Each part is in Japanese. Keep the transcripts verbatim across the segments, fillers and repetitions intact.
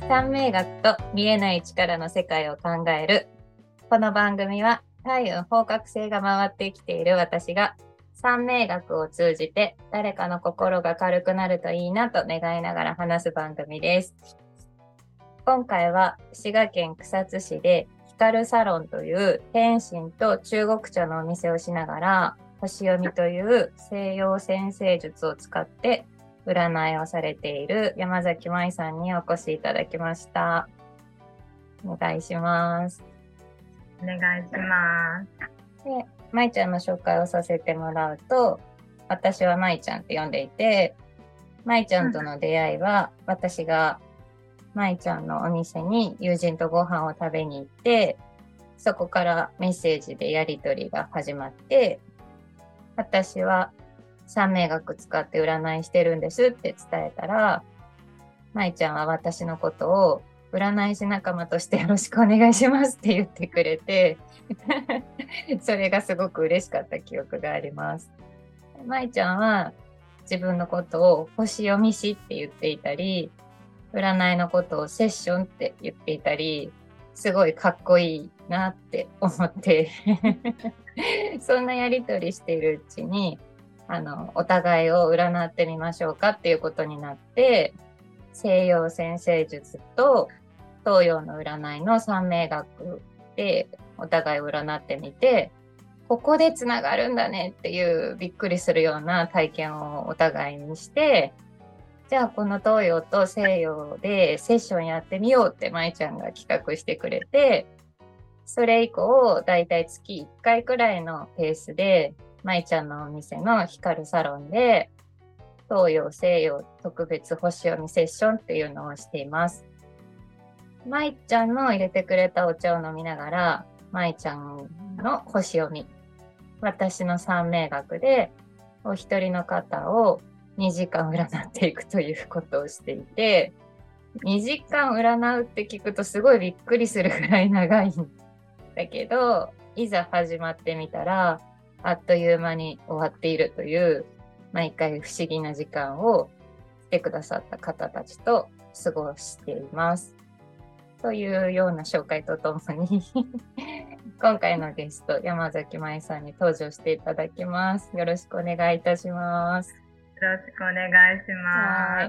三名学と見えない力の世界を考える。この番組は開運方角性が回ってきている私が三名学を通じて誰かの心が軽くなるといいなと願いながら話す番組です。今回は滋賀県草津市で光サロンという点心と中国茶のお店をしながら星読みという西洋占星術を使って占いをされている山崎舞さんにお越しいただきました。お願いします。 お願いします。 で、舞ちゃんの紹介をさせてもらうと、私は舞ちゃんって呼んでいて、舞ちゃんとの出会いは、うん、私が舞ちゃんのお店に友人とご飯を食べに行って、そこからメッセージでやり取りが始まって、私は三名学使って占いしてるんですって伝えたら、舞ちゃんは私のことを占い師仲間としてよろしくお願いしますって言ってくれてそれがすごく嬉しかった記憶があります。舞ちゃんは自分のことを星読み師って言っていたり、占いのことをセッションって言っていたり、すごいかっこいいなって思ってそんなやりとりしているうちにあのお互いを占ってみましょうかっていうことになって、西洋占星術と東洋の占いの三名学でお互いを占ってみて、ここでつながるんだねっていうびっくりするような体験をお互いにして、じゃあこの東洋と西洋でセッションやってみようって舞ちゃんが企画してくれて、それ以降だいたい月いっかいくらいのペースで舞ちゃんのお店の光サロンで東洋西洋特別星読みセッションっていうのをしています。舞ちゃんの入れてくれたお茶を飲みながら、舞ちゃんの星読み、私の三名学でお一人の方をにじかん占っていくということをしていて、にじかん占うって聞くとすごいびっくりするぐらい長いんだけど、いざ始まってみたらあっという間に終わっているという毎回不思議な時間を来てくださった方たちと過ごしていますというような紹介とともに今回のゲスト山崎舞さんに登場していただきます。よろしくお願いいたします。 よろしくお願いします。 はい、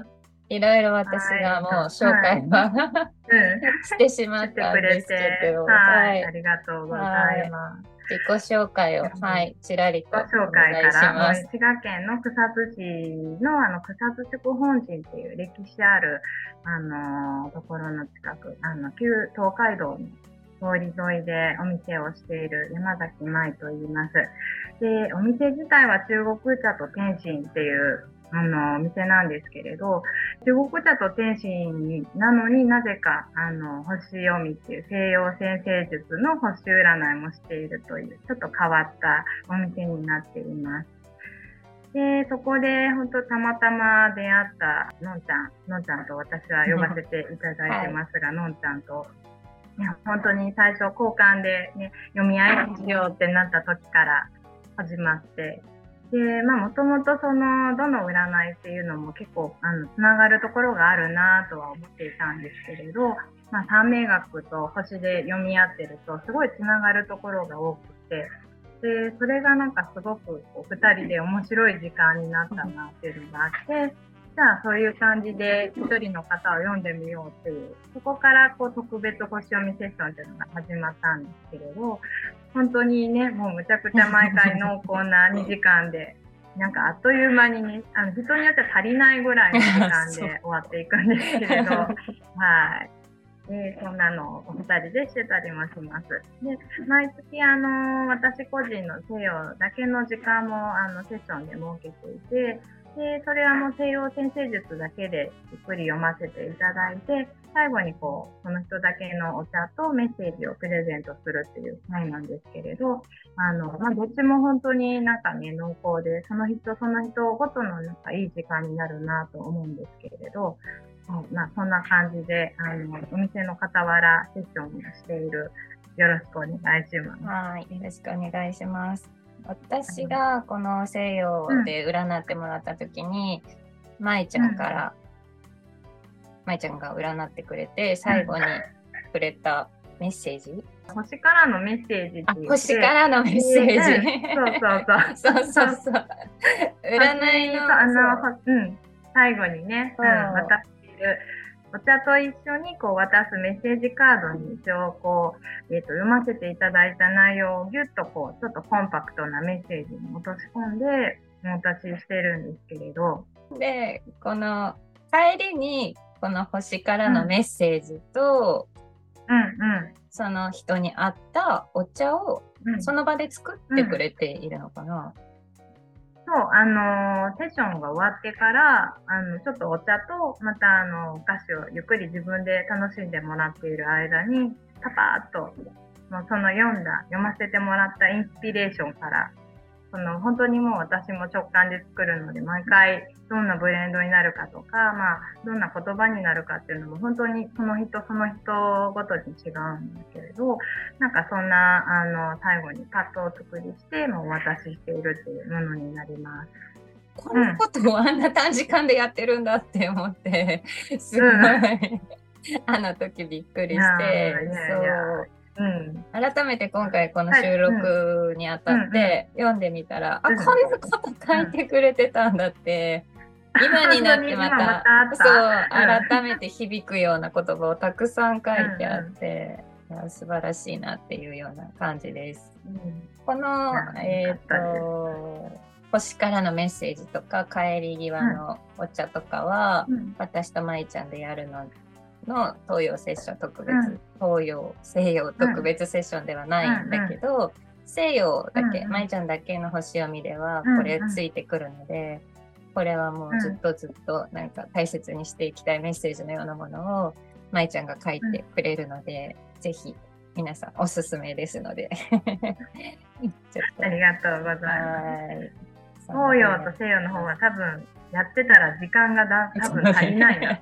いろいろ私がもう紹介は、はい、うん、してしまったんですけど、 はい、はい、ありがとうございます。 自己紹介を、はい、ちらりとお願いします。 自己紹介から、滋賀県の草津市のあの草津宿本陣っていう歴史あるあのところの近く、あの旧東海道の通り沿いでお店をしている山崎舞と言います。で、お店自体は中国茶と点心っていうあのお店なんですけれど、中国茶と点心なのになぜかあの星読みっていう西洋占星術の星占いもしているというちょっと変わったお店になっています。で、そこで本当たまたま出会ったのんちゃん、のんちゃんと私は呼ばせていただいてますが、はい、のんちゃんといや本当に最初交換で、ね、読み合いしようってなった時から始まって、で、まあもともとそのどの占いっていうのも結構あのつながるところがあるなとは思っていたんですけれど、まあ三名学と星で読み合ってるとすごいつながるところが多くて、でそれがなんかすごくこうふたりで面白い時間になったなっていうのがあって、じゃあそういう感じで一人の方を読んでみようっていう、そこからこう特別星読みセッションっていうのが始まったんですけれど、本当にね、もうむちゃくちゃ毎回濃厚なにじかんで、なんかあっという間にね、あの人によっては足りないぐらいの時間で終わっていくんですけれど、はい。で、そんなのをお二人でしてたりもします。で、毎月あの、私個人の西洋だけの時間もあのセッションで設けていて、で、それはもう西洋占星術だけでゆっくり読ませていただいて、最後にこう、その人だけのお茶とメッセージをプレゼントするっていう回なんですけれど、あの、まあ、どっちも本当になんかね、濃厚で、その人その人ごとのなんかいい時間になるなと思うんですけれど、まあ、そんな感じで、あの、お店の傍らセッションをしている。よろしくお願いします。 はい、よろしくお願いします。私がこの西洋で占ってもらった時に、舞、うん、ちゃんから、 舞ちゃんが占ってくれて、最後にくれたメッセージ、 星からのメッセージってあ、 言って、 星からのメッセージ。 うん、そうそうそう。 そうそうそう。占いの、 あの、うん、最後にね、うん、渡っている、お茶と一緒にこう渡すメッセージカードに一応こう、えーと、読ませていただいた内容をぎゅっとこう、ちょっとコンパクトなメッセージに落とし込んで、お渡ししてるんですけれど。 で、この帰りに、この星からのメッセージと、 うんうん、 その人に合ったお茶をその場で作ってくれているのかな、 うん、そう、あのー、セッションが終わってから、あの、ちょっとお茶と、またあの、お菓子をゆっくり自分で楽しんでもらっている間に、パパーっと、もうその読んだ、読ませてもらったインスピレーションから、その本当にもう私も直感で作るので、毎回どんなブレンドになるかとか、まあ、どんな言葉になるかっていうのも本当にその人その人ごとに違うんだけれど、なんかそんなあの最後にパッドを作りしてもうお渡ししているっていうものになります。 こんなことをあんな短時間でやってるんだって思って、すごい、うん、あの時びっくりして、そううん、改めて今回この収録にあたって読んでみたら、はい、うん、あ、こんなこと書いてくれてたんだって、うん、今になってまた、そう改めて響くような言葉をたくさん書いてあって、うんうん、いや素晴らしいなっていうような感じです。うん、この、えっと、星からのメッセージとか帰り際のお茶とかは、うん、私と舞ちゃんでやるのの東洋セッション特別、うん、東洋西洋特別セッションではないんだけど、うん、西洋だけ、舞、うん、ちゃんだけの星読みではこれついてくるので、これはもうずっとずっとなんか大切にしていきたいメッセージのようなものを舞ちゃんが書いてくれるので、うん、ぜひ皆さんおすすめですのでちょっとありがとうございます。東洋と西洋の方は多分やってたら時間がだ多分足りないな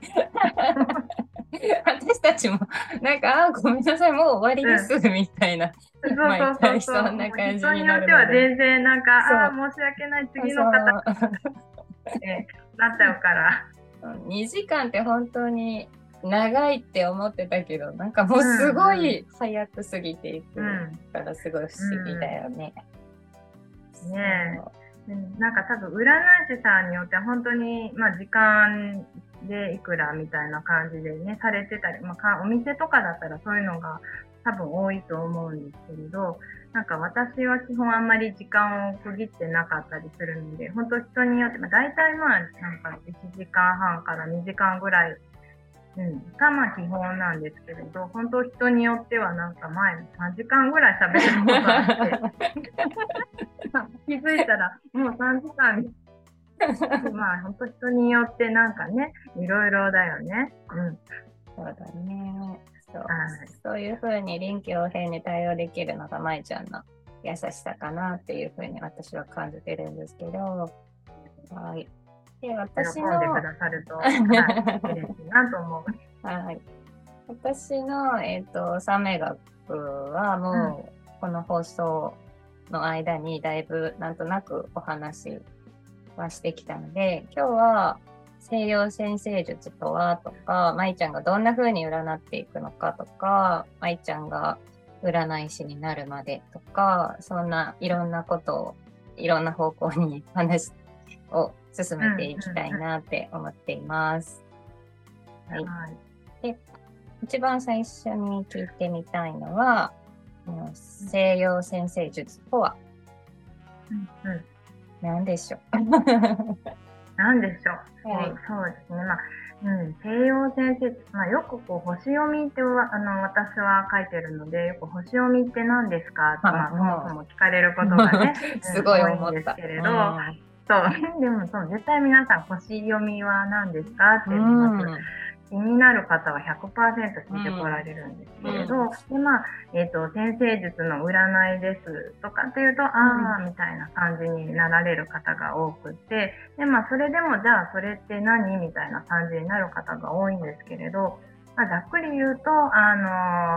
私たちもなんかあごめんなさいもう終わりです、うん、みたいな毎回そんな感じになるので、人によっては全然なんかあ申し訳ない次の方ってなっちゃうからにじかんって本当に長いって思ってたけどなんかもうすごい早く過ぎていくからすごい不思議だよね。 うんうん、ねえうん、なんか多分占い師さんによっては本当に、まあ、時間でいくらみたいな感じでねされてたり、まあ、お店とかだったらそういうのが多分多いと思うんですけれど、なんか私は基本あんまり時間を区切ってなかったりするので本当人によって、まあ、大体まあなんかいちじかんはんからにじかんぐらい、うん、がまあ基本なんですけれど、本当人によってはなんか前さんじかんぐらい喋ったことがあって気づいたらもうさんじかんまあ本当人によってなんかねいろいろだよね。うん、 そうだね。そう、はい、そういう風に臨機応変に対応できるのが舞ちゃんの優しさかなっていう風に私は感じてるんですけど、はい。で私の喜んでくださると、はい、嬉しいなと思う。 はい。私のえっと三名学はもうこの放送の間にだいぶなんとなくお話はしてきたので、今日は西洋占星術とはとか、舞ちゃんがどんな風に占っていくのかとか、舞ちゃんが占い師になるまでとか、そんないろんなことをいろんな方向に話を進めていきたいなって思っています。はい。で、一番最初に聞いてみたいのは、西洋占星術とは、うんうん、何でしょう何でしょう、はい、そうですね、まあうん、西洋占星術、まあ、よくこう星読みってはあの私は書いてるので、よく星読みって何ですかって、まあ、そもそも聞かれることがねすごい思った、 多いんですけれど、うん、そうでもそう絶対皆さん星読みは何ですかって言います、うん気になる方は ひゃくパーセント 聞いてこられるんですけれど、うん、でまあ、えっと、占星術の占いですとかっていうと、うん、ああ、みたいな感じになられる方が多くて、でまあ、それでも、じゃあ、それって何みたいな感じになる方が多いんですけれど、まあ、ざっくり言うと、あの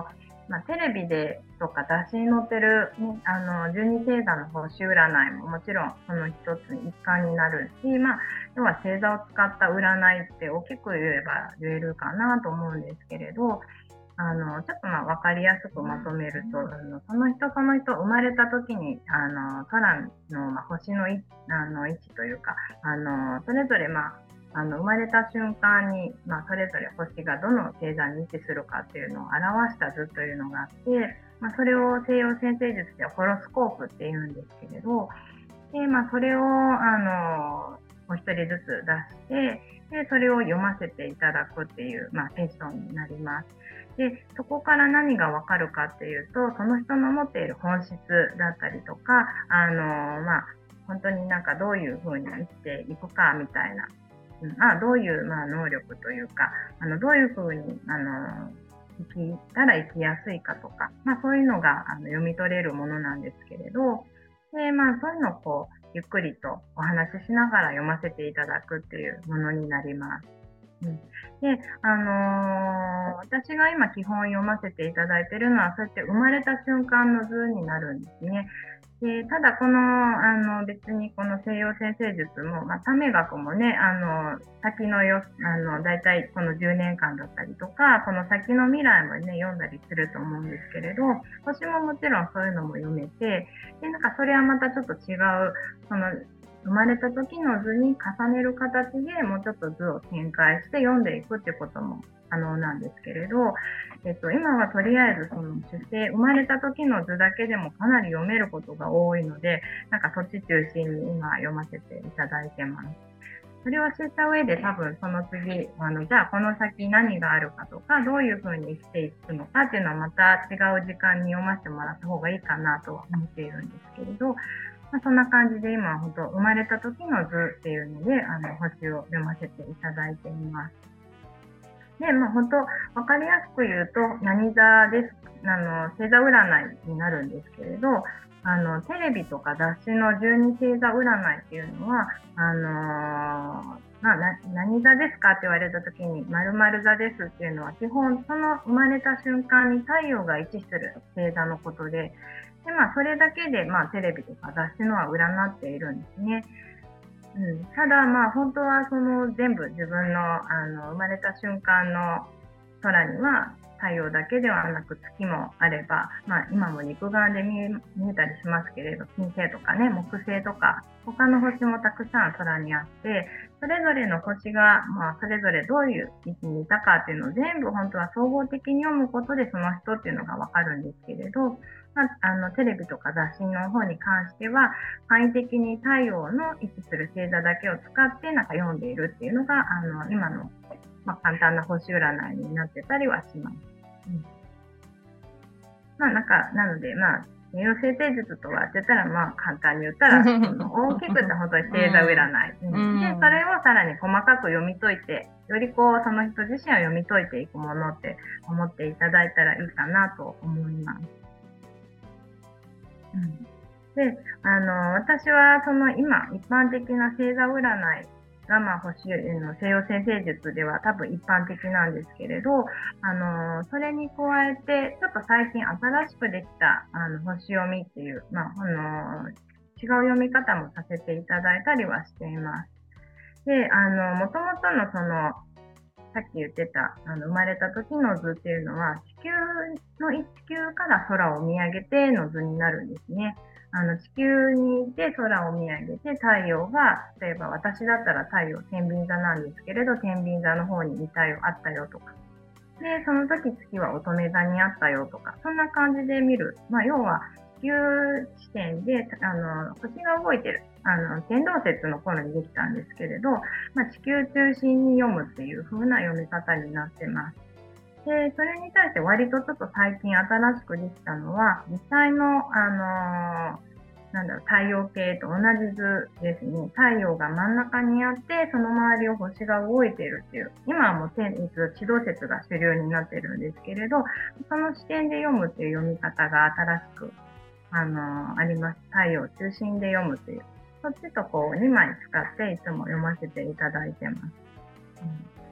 まあ、テレビでとか雑誌に載ってる、ね、あのじゅうに星座の星占いももちろんその一つに一環になるし、まあ、要は星座を使った占いって大きく言えば言えるかなと思うんですけれど、あのちょっとまあ分かりやすくまとめると、あのその人その人生まれた時にあの空の、まあ、星のいあの位置というか、あのそれぞれ、まあ、あの生まれた瞬間に、まあ、それぞれ星がどの星座に位置するかっていうのを表した図というのがあって、まあ、それを西洋占星術ではホロスコープっていうんですけれど、で、まあ、それをあのお一人ずつ出して、でそれを読ませていただくっていう、まあ、セッションになります。でそこから何がわかるかっていうと、その人の持っている本質だったりとか、あのまあ、本当になんかどういうふうに生きていくかみたいな、まあ、どういう、まあ、能力というか、あのどういうふうにあの生きたら生きやすいかとか、まあ、そういうのがあの読み取れるものなんですけれど、で、まあ、そういうのをこうゆっくりとお話ししながら読ませていただくっていうものになります。うん、で、あのー、私が今基本読ませていただいているのは、そうやって生まれた瞬間の図になるんですね。でただこの、あの、別にこの西洋占星術も、まあ、多名学もね、あの、先のよ、あの、だいたいこのじゅうねんかんだったりとか、この先の未来もね、読んだりすると思うんですけれど、星ももちろんそういうのも読めて、で、なんかそれはまたちょっと違う、その、生まれた時の図に重ねる形でもうちょっと図を展開して読んでいくっていうことも可能なんですけれど、えっと、今はとりあえずその出生、生まれた時の図だけでもかなり読めることが多いので、なんかそっち中心に今読ませていただいてます。それを知った上で多分その次、あの、じゃあこの先何があるかとか、どういうふうに生きていくのかっていうのはまた違う時間に読ませてもらった方がいいかなとは思っているんですけれど、まあ、そんな感じで今は本当生まれた時の図っていうので、あの、星を読ませていただいています。で、まあ本当わかりやすく言うと何座です、あの、星座占いになるんですけれど、あの、テレビとか雑誌のじゅうに星座占いっていうのは、あのー、まあ、な何座ですかって言われた時に、〇〇座ですっていうのは、基本その生まれた瞬間に太陽が位置する星座のことで、で、まあ、それだけで、まあ、テレビとか雑誌のは占っているんですね。うん、ただ、まあ、本当はその全部自分の、あの生まれた瞬間の空には太陽だけではなく月もあれば、まあ、今も肉眼で見え、見えたりしますけれど、金星とかね、木星とか他の星もたくさん空にあって、それぞれの星が、まあ、それぞれどういう位置にいたかっていうのを全部本当は総合的に読むことでその人っていうのがわかるんですけれど、まあ、あのテレビとか雑誌の方に関しては簡易的に太陽の位置する星座だけを使ってなんか読んでいるっていうのがあの今の、まあ、簡単な星占いになってたりはします。うん、まあなんかなのでまあ西洋占星術とはって言ったらまあ簡単に言ったらその大きく言ったら本当に星座占い、うんうん、でそれをさらに細かく読み解いてよりこうその人自身を読み解いていくものって思っていただいたらいいかなと思います。うん、で、あの、私はその今、一般的な星座占いが、まあ、星の西洋占星術では多分一般的なんですけれど、あの、それに加えて、ちょっと最近新しくできた、あの、星読みっていう、まあ、あの、違う読み方もさせていただいたりはしています。で、あの、もともとのその、さっき言ってた、あの、生まれた時の図っていうのは、地球の地球から空を見上げての図になるんですね。あの、地球にいて空を見上げて太陽が、例えば私だったら太陽天秤座なんですけれど、天秤座の方にいたよ、あったよとか。で、その時月は乙女座にあったよとか、そんな感じで見る。まあ、要は、地球視点で、あの、星が動いてる。あの、天動説の頃にできたんですけれど、まあ、地球中心に読むっていう風な読み方になってます。で、それに対して割とちょっと最近新しくできたのは、実際の、あのー、なんだろう、太陽系と同じ図ですね。太陽が真ん中にあって、その周りを星が動いているっていう。今はもう天、地動説が主流になってるんですけれど、その視点で読むっていう読み方が新しく、あのー、あります。太陽中心で読むっていう。そっちとこうにまい使っていつも読ませていただいてます。うん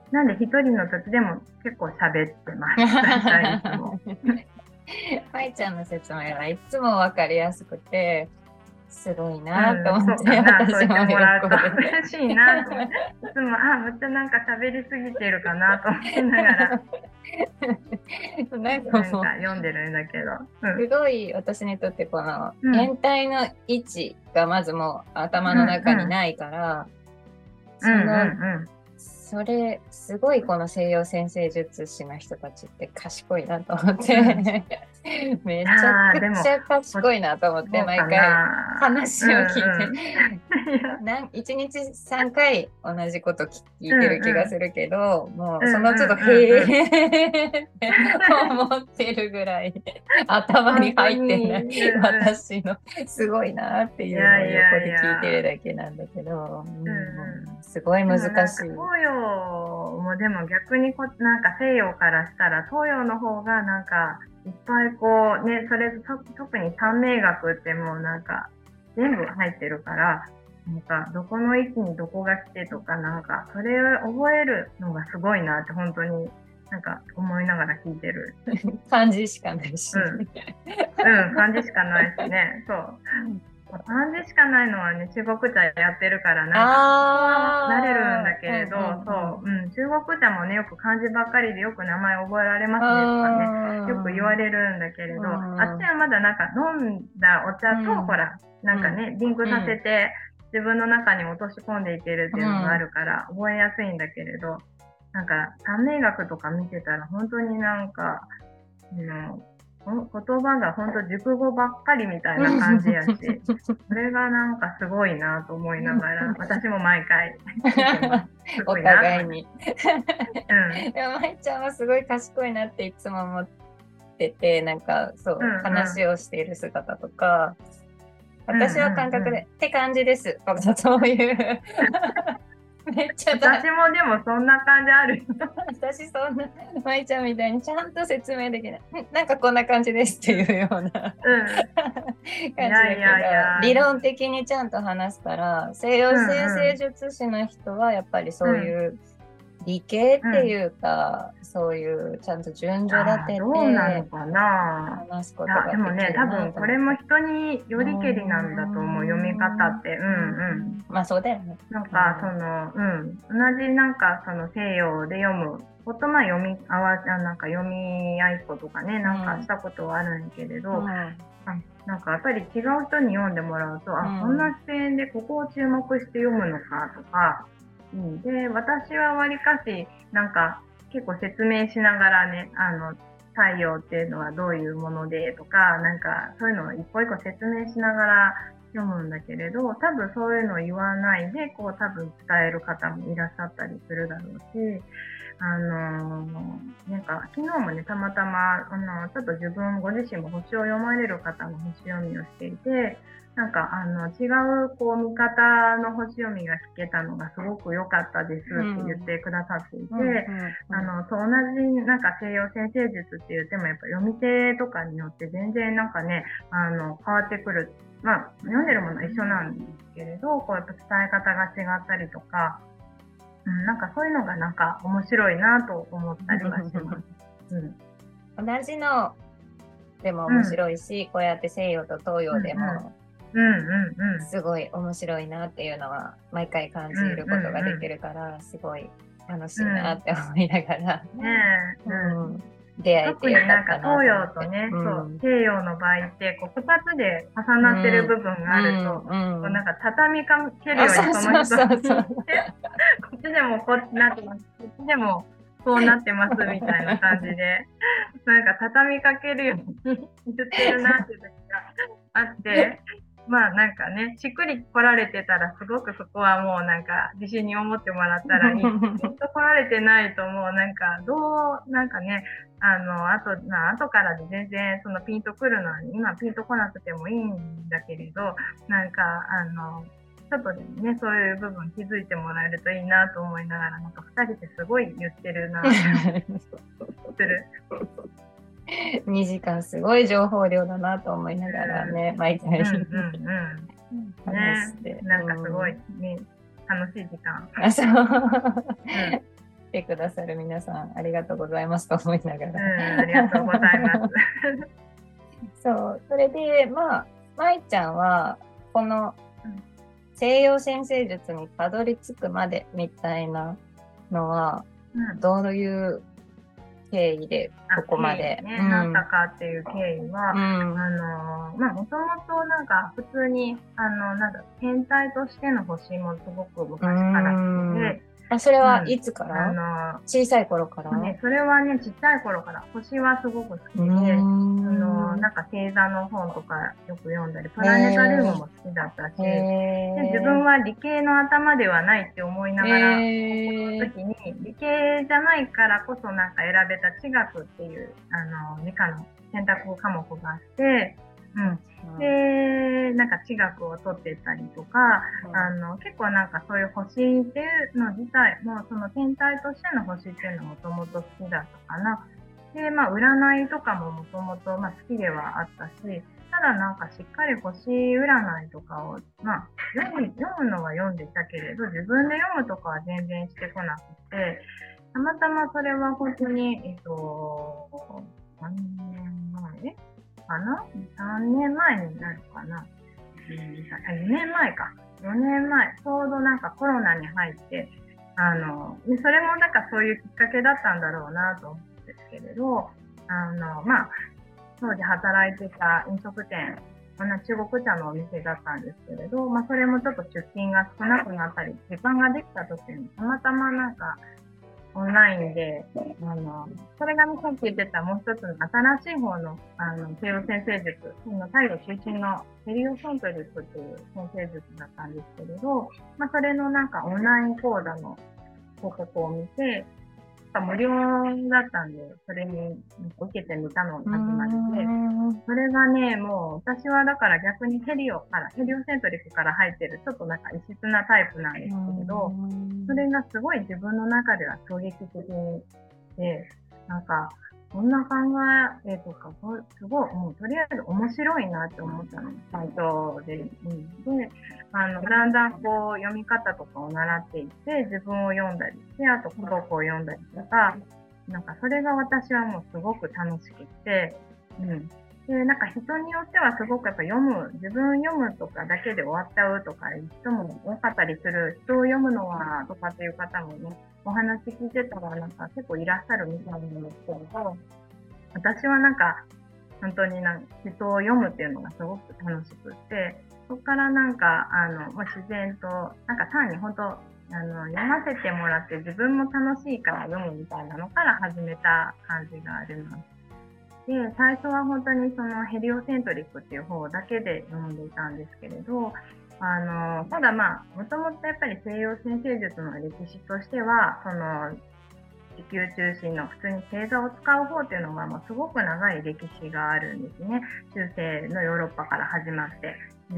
なんで一人の時でも結構喋ってます。大体いつも。 まいちゃんの説明はいつもわかりやすくて、すごいなとうん、 思って、 そうかな。そう私も言ってもらうと横で。 嬉しいなと思って。いつも、あ、むっちゃなんか喋りすぎてるかなと思いながら、 なんかなんもう、 か読んでるんだけど。うん。 すごい私にとってこのうん。 変態の位置がまずもう頭のうん。 中にないから、 うん。うん。 その、 うん。 それ、すごいこの西洋占星術師の人たちって賢いなと思っうん。 て、めちゃああ、 くでも、 ちゃ賢いなと思って、 そうか毎回な。う話を聞いて、 んうん。いや、 なんいちにちさんかい同じこと聞ういてる気がんうん。 するけど、もうんうその都度、 うんうんうん。 へーって思ってるぐらい頭に本当入ってなに、 いうんうん。 私のすごいなっていいうのをやいやい横で聞いてるや。 だけなんだけど、ううんん、もうん。 うすごい難でもなんかしい。 東洋もでも逆にこなんか西洋からしたら東洋の方がなんかいっぱいこうね、それと特に三名学ってもうなんか全部入ってるから、なんかどこの位置にどこが来てとかなんかそれを覚えるのがすごいなって本当になんか思いながら聞いてる。 感じしかないし。 うん。うん、感じしかないしね。そう。漢字しかないのはね、中国茶やってるから、なんか、そこは慣れるんだああ、うんけれど、 うんうん。 そう、うん、中国茶もね、よく漢字ばっかりでよく名前覚えられますねとかね、よく言わあれるんだけれうど、あっちんはまだなんか飲んだお茶と、ほうんら、なんかうんね、リンクさせて、自分の中に落とし込んでいけるっていうのがあうんるから、覚えやすいんだけれど、なんか、三名学とか見てたら、本当になんか、の言葉が本当熟語ばっかりみたいな感じやし、それがなんかすごいなと思いながら、私も毎回聞いてます。すおごいなと思います。 互いに。 うん。 でも、まいちゃんはすごい賢いなっていつも思ってて、なんかそう、 うんうん。 話をしている姿とか、 うん私は感うんうん。 覚で、って感じですとか、そういうめっちゃだ、 私もでもそんな感じあるよ。 私そんな、まいちゃんみたいにちゃんと説明できない。んなんかこんな感じですっていうようなうん。い感じだけど、 やいやいや。 理論的にちゃんと話すから、西洋うん占星うん。 術師の人はやっぱりうん。 そういう理系っうん。 ていうか、そういうちゃんと順序立ああ、 てどうなのてかな。 話すこいや、 とがでもね、 できる多分これなと思って。 も人にようーりけりなんだと思う、読み方って。うんうん。 ん。まあそうだよね。 なんか、そうん。 の、うん、同じなんか、その西洋で読むこと、まあ読み合わせ、あなんか読み合いっことかね、なんかしうん。 たことはあるんやけれど、 うん。 あなんかやっぱり違う人に読んでもらうと、 うあ、こんなん。 視点でここを注目して読むのかとか、うん、で、私はわりかし、なんか結構説明しながらね、あの、太陽っていうのはどういうものでとか、なんかそういうのを一個一個説明しながら読むんだけれど、多分そういうのを言わないで、こう多分伝える方もいらっしゃったりするだろうし、あのー、なんか昨日もね、たまたま、あの、ちょっと自分ご自身も星を読まれる方の星読みをしていて、なんかあの違うこう見方の星読みが聞けたのがすごく良かったですうって言っん。 てくださっていうん。 て、 うん。うん。 あの、そう同じなんか西洋占星術って言ってもやっぱ読み手とかによって全然なんかね、あの変わってくる。まあ読んでるものは一緒なんですけれど、こうやっぱ伝え方が違ったりとか、うん、なんかそういうのがなんか面白いなと思ったりはします。うん。 同じのでも面うん。 白いし、こうやって西洋と東うん洋でもうん。うんうんうん。 すごい面白いなっていうのは毎回感うんじることができうんるから、すごい楽しいなうん。 って思いながら、 ねえ、うん。 うん、出会えて特によかったななんか東と思って。 洋とね、そう、 うん。 西洋の場合って、こう、二つで重うなってる部ん。 分があると、 うん。うん。 こうなんか畳みかけるあ、 ようにそうそうその人そうそう。 にこっちでもこっちなってます、こっちでもこうなってますみたいな感じで、なんか畳みかけるように言ってるなっていう時があって、まあなんかね、しっくり来られてたらすごくそこはもうなんか自信に思ってもらったらいい。ピンと来られてないともうなんかどう、なんかね、あの、あと、な後からで全然そのピンとくるのに、今ピンと来なくてもいいんだけれど、なんか、あの、ちょっとでもね、そういう部分気づいてもらえるといいなと思いながら、なんか二人ですごい言ってるなってする。 にじかんすごい情報量だなと思いながらね、毎回うん、うん、うん、うん。ね、 話して。 なんかすごいうん。 ね、楽しい時間。 あ、そう。 うん。 来てくださる皆さんありがとうございますと思いながら、 うん、ありがとうございます。 そう、それでまあ舞ちゃんはこの西洋占星術にたどり着くまでみたいなのは、 うん、 どういう経緯でここまで、 ね、 うん、 なったかっていう経緯は、 うん、 あのまあもともとなんか普通にあのなんか天体としての星もすごく昔から好きで、 あ、それはいつから、うん、 あの小さい頃から、 ね、それはねちっちゃい頃から星はすごく好きで、あのなんか星座の本とかよく読んだり、プラネタリウムも好きだったし、で自分は理系の頭ではないって思いながら、高校の時に理系じゃないからこそなんか選べた地学っていうあの理科の選択科目があって、うん、でなんか地学を取ってたりとか、うん、あの結構なんかそういう星っていうの自体もその天体としての星っていうのもともと好きだったかな。でまあ占いとかももともと好きではあったし、ただなんかしっかり星占いとかを、まあ、読む、読むのは読んでたけれど自分で読むとかは全然してこなくて、たまたまそれは本当にえっと何年前かな ?さん 年前になるかな、よねんまえか。よねんまえ、ちょうどなんかコロナに入って、あの、それもなんかそういうきっかけだったんだろうなと思うんですけれど、あの、まあ、当時働いてた飲食店、中国茶のお店だったんですけれど、まあ、それもちょっと出勤が少なくなったり、時間ができた時に、たまたまなんか、オンラインで、あの、それがさっき言ってたもう一つの新しい方の、あの、西洋占星術、太陽中心のヘリオソントリスっていう占星術だったんですけれど、まあ、それのなんかオンライン講座の報告を見て、無料だったんで、それに受けてみたのが始まりで、それがね、もう私はだから逆にヘリオから、ヘリオセントリックから入ってるちょっとなんか異質なタイプなんですけれど、それがすごい自分の中では衝撃的で、なんか、こんな考えとか、すごい、もうとりあえず面白いなって思ったの、最初で。うん、で、あの、だんだんこう読み方とかを習っていって、自分を読んだりして、あと孤独を読んだりとか、なんかそれが私はもうすごく楽しくて、うん。で、なんか人によってはすごくやっぱ読む、自分読むとかだけで終わっちゃうとかいう人も多かったりする、人を読むのはとかっていう方もね、お話聞いてたらなんか結構いらっしゃるみたいなんですけれど、私はなんか本当になんか人を読むっていうのがすごく楽しくって、そこからなんかあの、まあ、自然となんか単に本当あの読ませてもらって自分も楽しいから読むみたいなのから始めた感じがあります。で、最初は本当にそのヘリオセントリックっていう方だけで読んでいたんですけれど、あのただまあもともとやっぱり西洋占星術の歴史としてはその地球中心の普通に星座を使う方っていうのが、まあ、すごく長い歴史があるんですね。中世のヨーロッパから始まって。うん、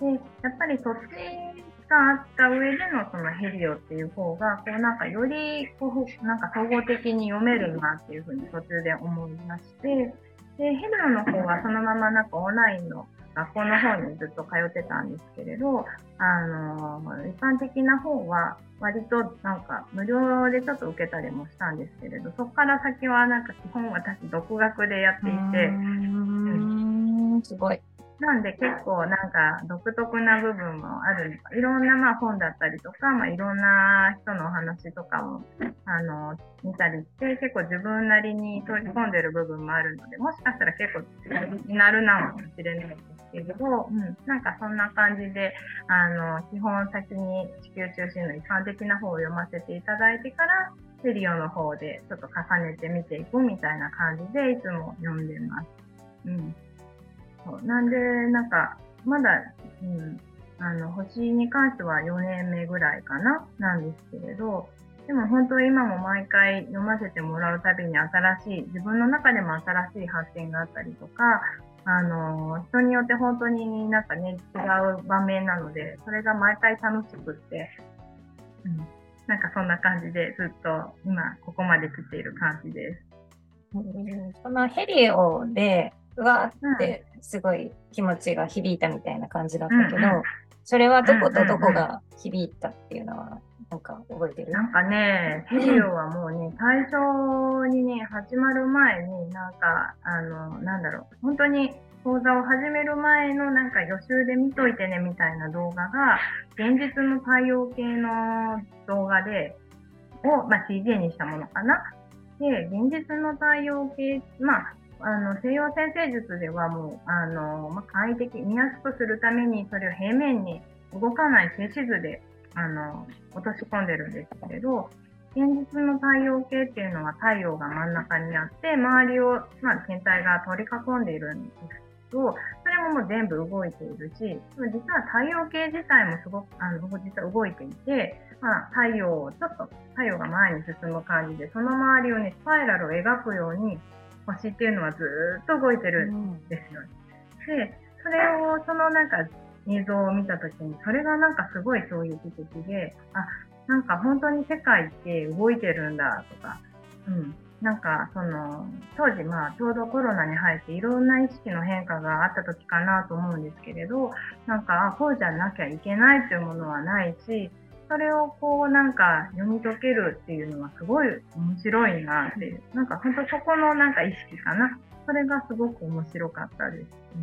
で、やっぱりそっちがあった上でのそのヘリオっていう方が、こうなんかよりこうなんか総合的に読めるなっていうふうに途中で思いまして、で、ヘリオの方はそのままなんかオンラインの学校の方にずっと通ってたんですけれど、あの、一般的な方は割となんか無料でちょっと受けたりもしたんですけれど、そこから先はなんか基本私独学でやっていて、 うんうん、すごい。 なんで結構なんか独特な部分もあるのか、いろんなまあ本だったりとか、まあいろんな人のお話とかもあの見たりして、結構自分なりに取り込んでる部分もあるので、もしかしたら結構オリジナルなのかもしれないですけれど、うん、なんかそんな感じで、あの基本先に地球中心の一般的な方を読ませていただいてから、セリオの方でちょっと重ねて見ていくみたいな感じでいつも読んでます。うん。なんで、なんか、まだ、うん、あの、星に関してはよねんめぐらいかな、なんですけれど、でも本当今も毎回読ませてもらうたびに新しい、自分の中でも新しい発見があったりとか、あの、人によって本当になんかね、違う場面なので、それが毎回楽しくって、うん、なんかそんな感じでずっと今ここまで来ている感じです。 うん、そのヘリオで、うわーってすごい気持ちが響いたみたいな感じだったけど、うんうん、それはどことどこが響いたっていうのはなんか覚えてる？ なんかね、ピリオはもうね、最初にね、始まる前に、なんか、あの、なんだろう、本当に講座を始める前のなんか予習で見といてねみたいな動画が、現実の太陽系の動画で、を、まあ、シージェー にしたものかな。で、現実の太陽系、まあ、あの西洋占星術ではもう、あの、まあ、簡易的、見やすくするために、それを平面に動かない静止図で、あの、落とし込んでるんですけれど、現実の太陽系っていうのは太陽が真ん中にあって、周りを、まあ、天体が取り囲んでいるんですけど、それももう全部動いているし、実は太陽系自体もすごく、あの、実は動いていて、まあ、太陽を、ちょっと太陽が前に進む感じで、その周りをね、スパイラルを描くように、星っていうのはずーっと動いてるんですよ。うん、で、それを、そのなんか映像を見たときに、それがなんかすごい衝撃的で、あ、なんか本当に世界って動いてるんだとか、うん。なんか、その、当時、まあ、ちょうどコロナに入っていろんな意識の変化があった時かなと思うんですけれど、なんか、こうじゃなきゃいけないっていうものはないし、それをこうなんか読み解けるっていうのはすごい面白いなっていう、なんか本当そこのなんか意識かな。それがすごく面白かったです。うん。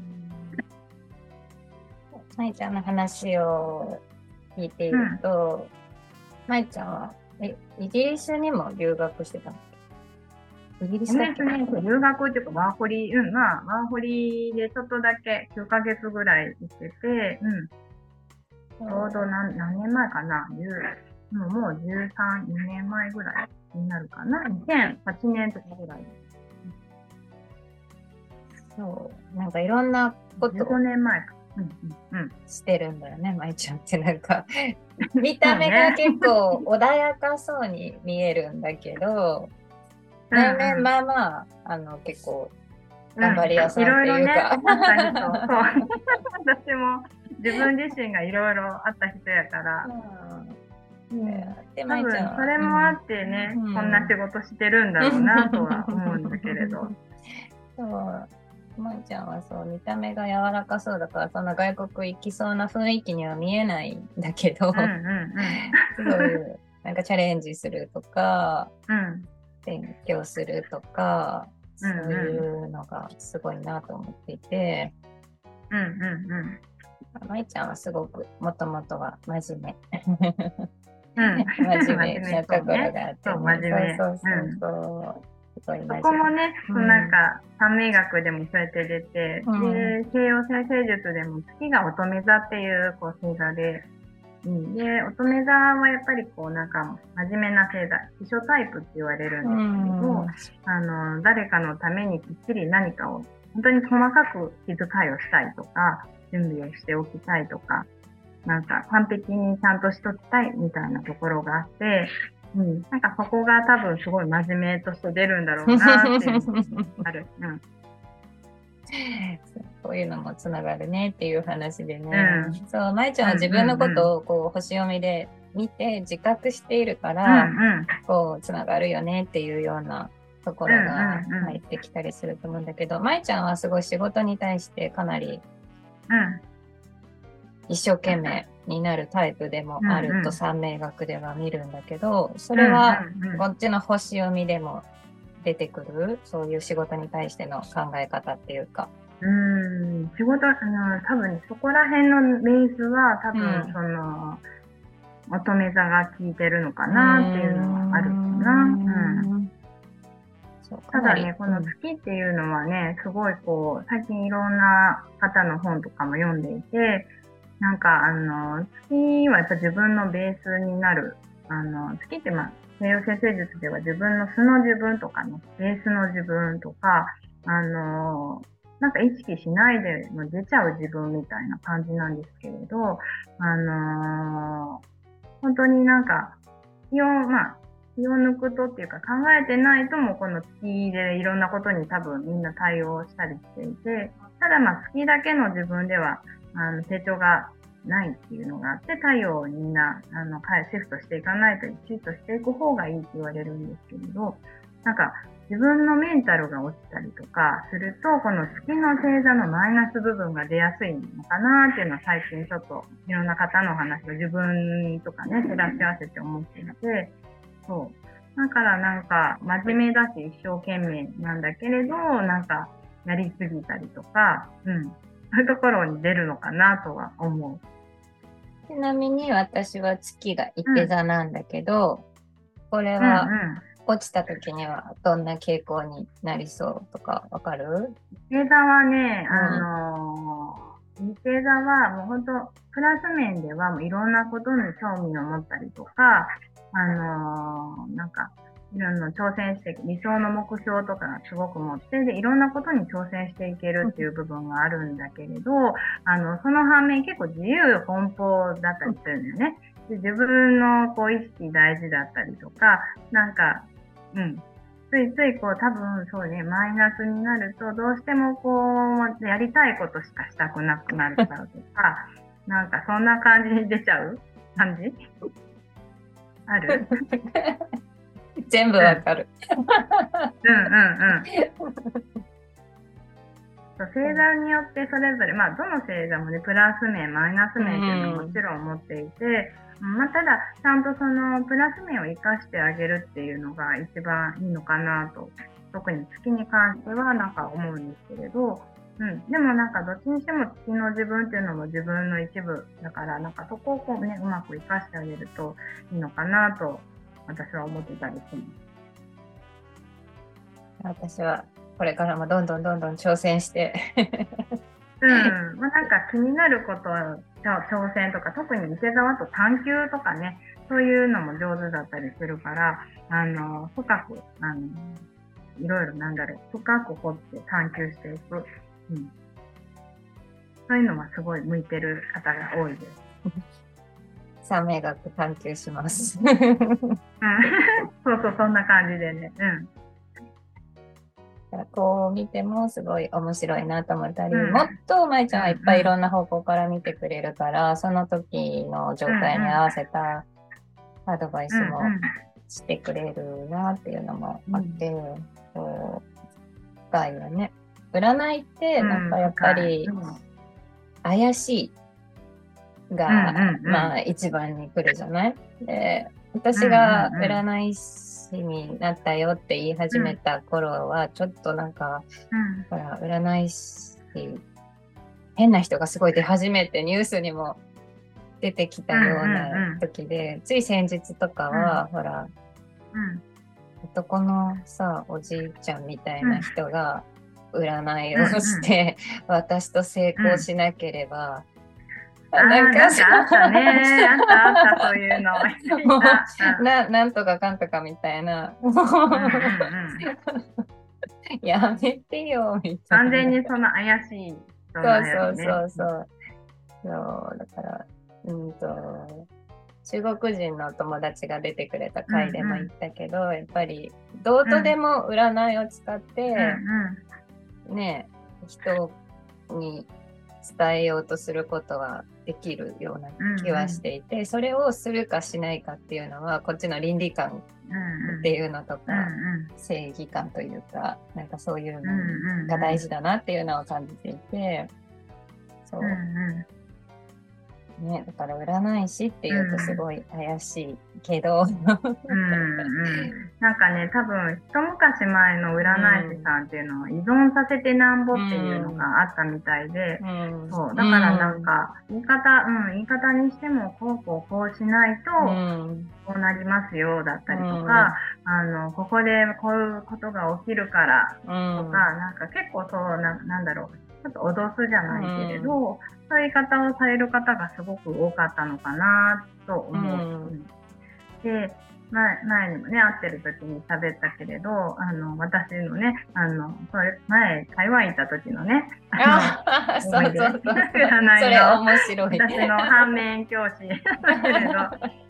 まいちゃんの話を聞いていると、まいちゃんはえイギリスにも留学してたの？イギリスだっけ？ ね、留学っていうかワーホリ、うん、まあ、ワーホリでちょっとだけきゅうかげつぐらい行ってて、うん。ちょうど何何年前かな、もうもうじゅうさん、にねんまえぐらいになるかな、にせんはちねんとかぐらい。 そう、なんかいろんなことじゅうごねんまえか。うんうんうん、 してるんだよね、まいちゃんってなんか見た目が結構穏やかそうに見えるんだけど、内面まあまあ、あの結構頑張り屋さんっていうか、 うん、いろいろね、あった人、そう。私も自分自身がいろいろあった人やから、うん、で多分それもあってね、うん、こんな仕事してるんだろうなとは思うんだけれど。 そう、まいちゃんはそう見た目が柔らかそうだからそんな外国行きそうな雰囲気には見えないんだけど、うんうんうん、そういうなんかチャレンジするとか、うん、勉強するとか、そういうのがすごいなと思っていて、うんうんうん、まいちゃんはすごくもともとは真面目。うん、真面目なところがあって、ね、そう真面目。そうそうそう。そこもね、うん、なんか三名学でもそうやって出て、うん、で西洋占星術でも月が乙女座っていうこう星座で、うん、で乙女座はやっぱりこうなんか真面目な星座、秘書タイプって言われるんですけど、うん、あの誰かのためにきっちり何かを本当に細かく気遣いをしたいとか、準備をしておきたいとか、なんか完璧にちゃんとしときたいみたいなところがあって、うん、なんかそこが多分すごい真面目として出るんだろうなっていうのがある。うん、こういうのもつながるねっていう話でね。うん、そう、まいちゃんは自分のことをこう星読みで見て自覚しているから、うんうん、こうつながるよねっていうようなところが入ってきたりすると思うんだけど、まいちゃんはすごい仕事に対してかなり、うん一生懸命になるタイプでもあると三名学では見るんだけど、それはこっちの星読みでも出てくる、そういう仕事に対しての考え方っていうか。うーん、仕事、あの、多分そこら辺のベースは多分その、うん、乙女座が効いてるのかなっていうのはあるかな。うん。ただね、この月っていうのはね、すごいこう、最近いろんな方の本とかも読んでいて、なんか、あの、月はやっぱ自分のベースになる。あの、月ってまあ、西洋占星術では自分の素の自分とかね、ベースの自分とか、あの、なんか意識しないでも出ちゃう自分みたいな感じなんですけれど、あの、本当になんか、気を、まあ、気を抜くとっていうか考えてないともこの月でいろんなことに多分みんな対応したりしていて、ただまあ月だけの自分ではあの成長がないっていうのがあって、太陽をみんなあのシフトしていかないとシフトしていく方がいいって言われるんですけれど、 なんか自分のメンタルが落ちたりとかすると、この月の星座のマイナス部分が出やすいのかなっていうのは最近ちょっといろんな方の話を自分とかね、照らし合わせて思っていて、そう。だからなんか真面目だし一生懸命なんだけれど、なんかやりすぎたりとか、うん。そういうところに出るのかなとは思う。 ちなみに私は月がいて座なんだけど、うん、これは、うんうん落ちた時にはどんな傾向になりそうとかわかる？ 伊手座はね、あのー、伊手座はもう本当クラス面ではもういろんなことに興味を持ったりとか、あのー、なんかいろんな挑戦して理想の目標とかがすごく持ってでいろんなことに挑戦していけるっていう部分があるんだけれど、あのその反面結構自由奔放だったりするんだよね。で自分のこう意識大事だったりとか、なんかうん、ついついこう多分そうねマイナスになるとどうしてもこうやりたいことしかしたくなくなっちゃうとかなんかそんな感じに出ちゃう感じある？ 全部わかる。 うんうんうん。星座によってそれぞれまあどの星座もねプラス面マイナス面っていうのはもちろん持っていて。まあ、ただ、ちゃんとそのプラス面を生かしてあげるっていうのが一番いいのかなと、特に月に関してはなんか思うんですけれど、うん、でもなんかどっちにしても月の自分っていうのも自分の一部だから、なんかそこをこうね、うまく生かしてあげるといいのかなと私は思ってたりします。私はこれからもどんどんどんどん挑戦して。 うん、まあ、なんか気になることは挑戦とか特に伊手座はと探求とかねそういうのも上手だったりするからあの深くあのいろいろなんだろう深く掘って探求していく、うん、そういうのはすごい向いてる方が多いです。 三名学探求します。 うん、そうそうそんな感じでね。うんこう見てもすごい面白いなと思ったり、うん、もっと舞ちゃんはいっぱいいろんな方向から見てくれるから、うん、その時の状態に合わせたアドバイスもしてくれるなっていうのもあって、うん、こう深いよね。占いってなんかやっぱり怪しいが、まあ一番に来るじゃない？で、私が占い師になったよって言い始めた頃は、ちょっとなんか、うん、ほら占い師変な人がすごい出始めてニュースにも出てきたような時で、うんうんうん、つい先日とかは、うん、ほら、うん、男のさおじいちゃんみたいな人が占いをして、うんうん、私と成功しなければ、 うん、なんかあったね。あったあった、そういうの。 もうななんとかかんとかみたいな。うんうんうん、やめてよ、みたいな。 完全にその怪しい人だよね。 そうそうそうそう。そうだから、うんと、中国人の友達が出てくれた回でも言ったけど、うんうん、やっぱり、どうとでも占いを使って、うんうん、ね、人に伝えようとすることはできるような気はしていて、うんうん、それをするかしないかっていうのはこっちの倫理観っていうのとか、うんうん、正義感というかなんかそういうのが大事だなっていうのを感じていて、そう、うんうんね、だから占い師っていうとすごい怪しいけど、うんうん、 なんかね多分一昔前の占い師さんっていうのは依存させてなんぼっていうのがあったみたいで、うん、そうだからなんか言い方、うん、言い方にしてもこうこうこうしないとこうなりますよだったりとか、うん、あのここでこういうことが起きるからとか、うん、なんか結構そう な, なんだろうちょっと脅すじゃないけれど、うん、そういう言い方をされる方がすごく多かったのかなと思う。うん、で前, 前にもね会ってる時に喋ったけれどあの私のねあのそれ前台湾行った時のねあのそうそうそう占いのそれ面白い私の反面教師だけれど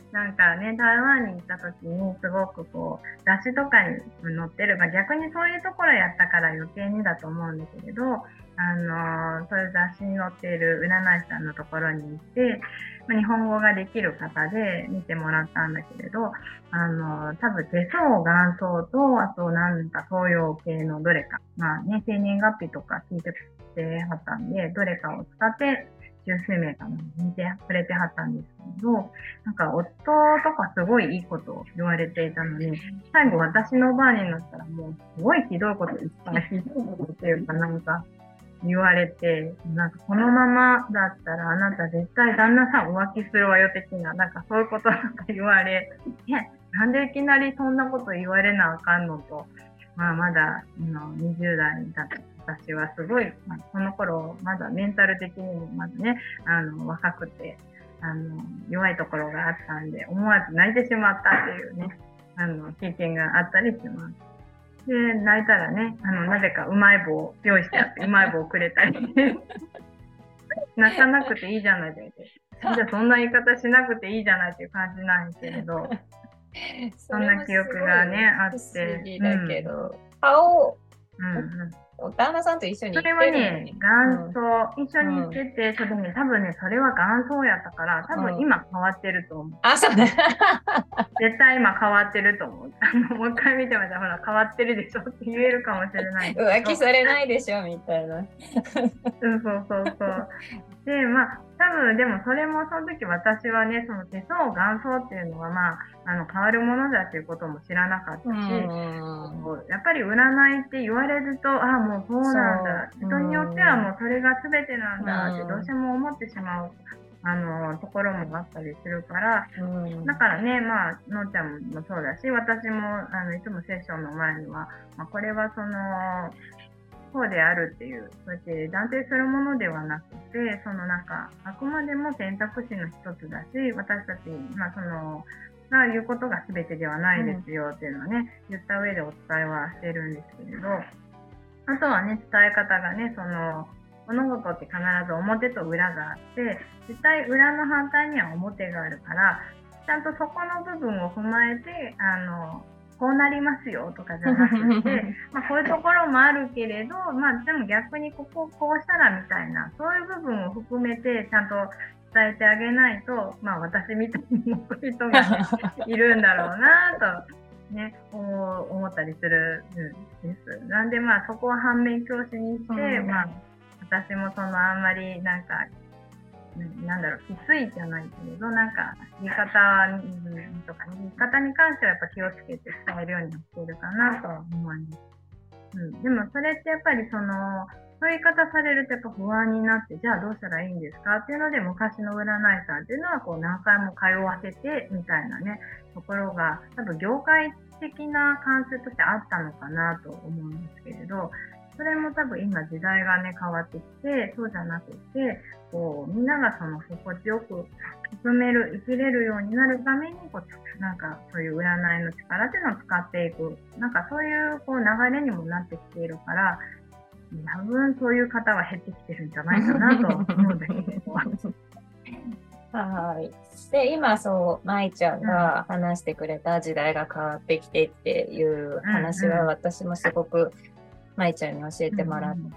なんかね、台湾に行った時にすごくこう、雑誌とかに載ってる、まあ、逆にそういうところやったから余計にだと思うんだけれど、あのーそういう雑誌に載っている占い師さんのところに行って、まあ、日本語ができる方で見てもらったんだけれど、あのー多分手相、元相と、あとなんか東洋系のどれか、まあね、生年月日とか聞いてはったんで、どれかを使って、十数名かな、見てくれてはったんですけど、なんか夫とかすごいいいことを言われていたのに、最後私の番になったらもうすごいひどいこと言ったらひどいことっていうかなんか言われて、なんかこのままだったらあなた絶対旦那さん浮気するわよ的な、なんかそういうことなんか言われ、え、なんでいきなりそんなこと言われなあかんのと、まあまだのにじゅう代だった私はすごい、まあ、その頃まだメンタル的にもまだね、あの若くて、あの弱いところがあったんで思わず泣いてしまったっていうね、あの経験があったりします。で泣いたらね、あのなぜかうまい棒を用意してあってうまい棒をくれたり泣かなくていいじゃないって言って、じゃあそんな言い方しなくていいじゃないっていう感じなんですけれど、そんな記憶がねあって、 不思議だけど、うん、顔、 うんうんお旦那さんと一緒に行ってるのに。 それはね、元相、うん、一緒に行ってて、それね、多分ね、それは元相やったから、多分今変わってると思う。うん、 あ、そうね。 絶対今変わってると思う。あの、もう一回見てました。ほら、変わってるでしょって言えるかもしれない。 浮気されないでしょみたいな。 そうそうそうそう。で、まあ、多分でもそれもその時私はね、その手相元相っていうのはまあ、あの変わるものだっていうことも知らなかったし、やっぱり占いって言われると、ああ、もうそうなんだ。人によってはもうそれが全てなんだってどうしても思ってしまう。あのところもあったりするから、だからね、まあ、のんちゃんもそうだし、私もあのいつもセッションの前には、まあ、これはその、そうであるっていう、そうやって断定するものではなくて、そのなんか、あくまでも選択肢の一つだし、私たち、まあその、が言うことが全てではないですよっていうのはね、うん、言った上でお伝えはしてるんですけれど、あとはね、伝え方がね、その、物事って必ず表と裏があって、実際裏の反対には表があるから、ちゃんとそこの部分を踏まえて、あの、こうなりますよとかじゃなくて、まあこういうところもあるけれど、まあでも逆にここをこうしたらみたいな、そういう部分を含めてちゃんと伝えてあげないと、まあ私みたいに思う人が、ね、いるんだろうなと、ね、思, 思ったりするんです。なんでまあそこは反面教師にして、まあ私もそのあんまりなんか、なんだろう、きついじゃないけれど、なんか言い方とか、ね、言い方に関してはやっぱ気をつけて伝えるようになっているかなとは思います。うん、でもそれってやっぱりその、そういう言い方されるとやっぱ不安になって、じゃあどうしたらいいんですかっていうので、昔の占い師さんっていうのはこう何回も通わせてみたいなね、ところが多分業界的な慣習としてあったのかなと思うんですけれど、それも多分今時代がね変わってきて、そうじゃなくて、こうみんながその心地よく進める、生きれるようになるためにこうなんかそういう占いの力っていうのを使っていく、なんかそういうこう流れにもなってきているから、多分そういう方は減ってきてるんじゃないかなと思うんだけれど。 はい。で、今そう、舞ちゃんが話してくれた時代が変わってきてっていう話は、私もすごく舞ちゃんに教えてもらって、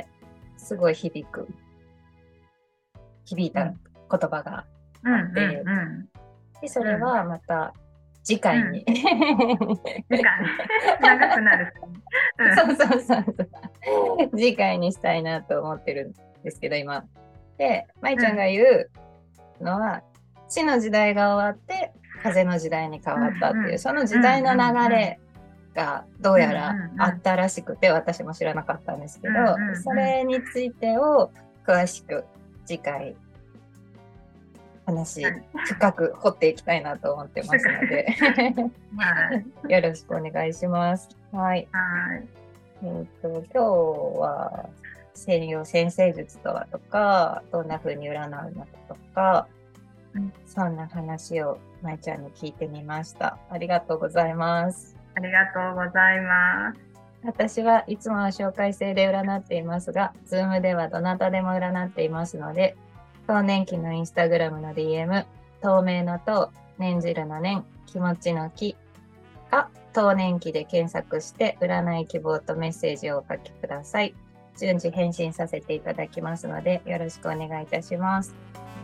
すごい響く、響いた言葉があって、で、それはまた次回に。 次回長くなる。 そうそうそうそう。次回にしたいなと思ってるんですけど、今。で、舞ちゃんが言うのは、地の時代が終わって、風の時代に変わったっていう、その時代の流れがどうやらあったらしくて、私も知らなかったんですけど、それについてを詳しく次回話深く掘っていきたいなと思ってますのでよろしくお願いします。はい。 はいえーと、今日は西洋占星術とはとか、どんな風に占うのかとか、うん、そんな話をまいちゃんに聞いてみました。ありがとうございます。 ありがとうございます。 私はいつもは紹介制で占っていますが、Zoom ではどなたでも占っていますので、当年期のインスタグラムの ディーエム、透明の塔、 念じるの念、気持ちの気か、当年期で検索して占い希望とメッセージをお書きください。順次返信させていただきますので、よろしくお願いいたします。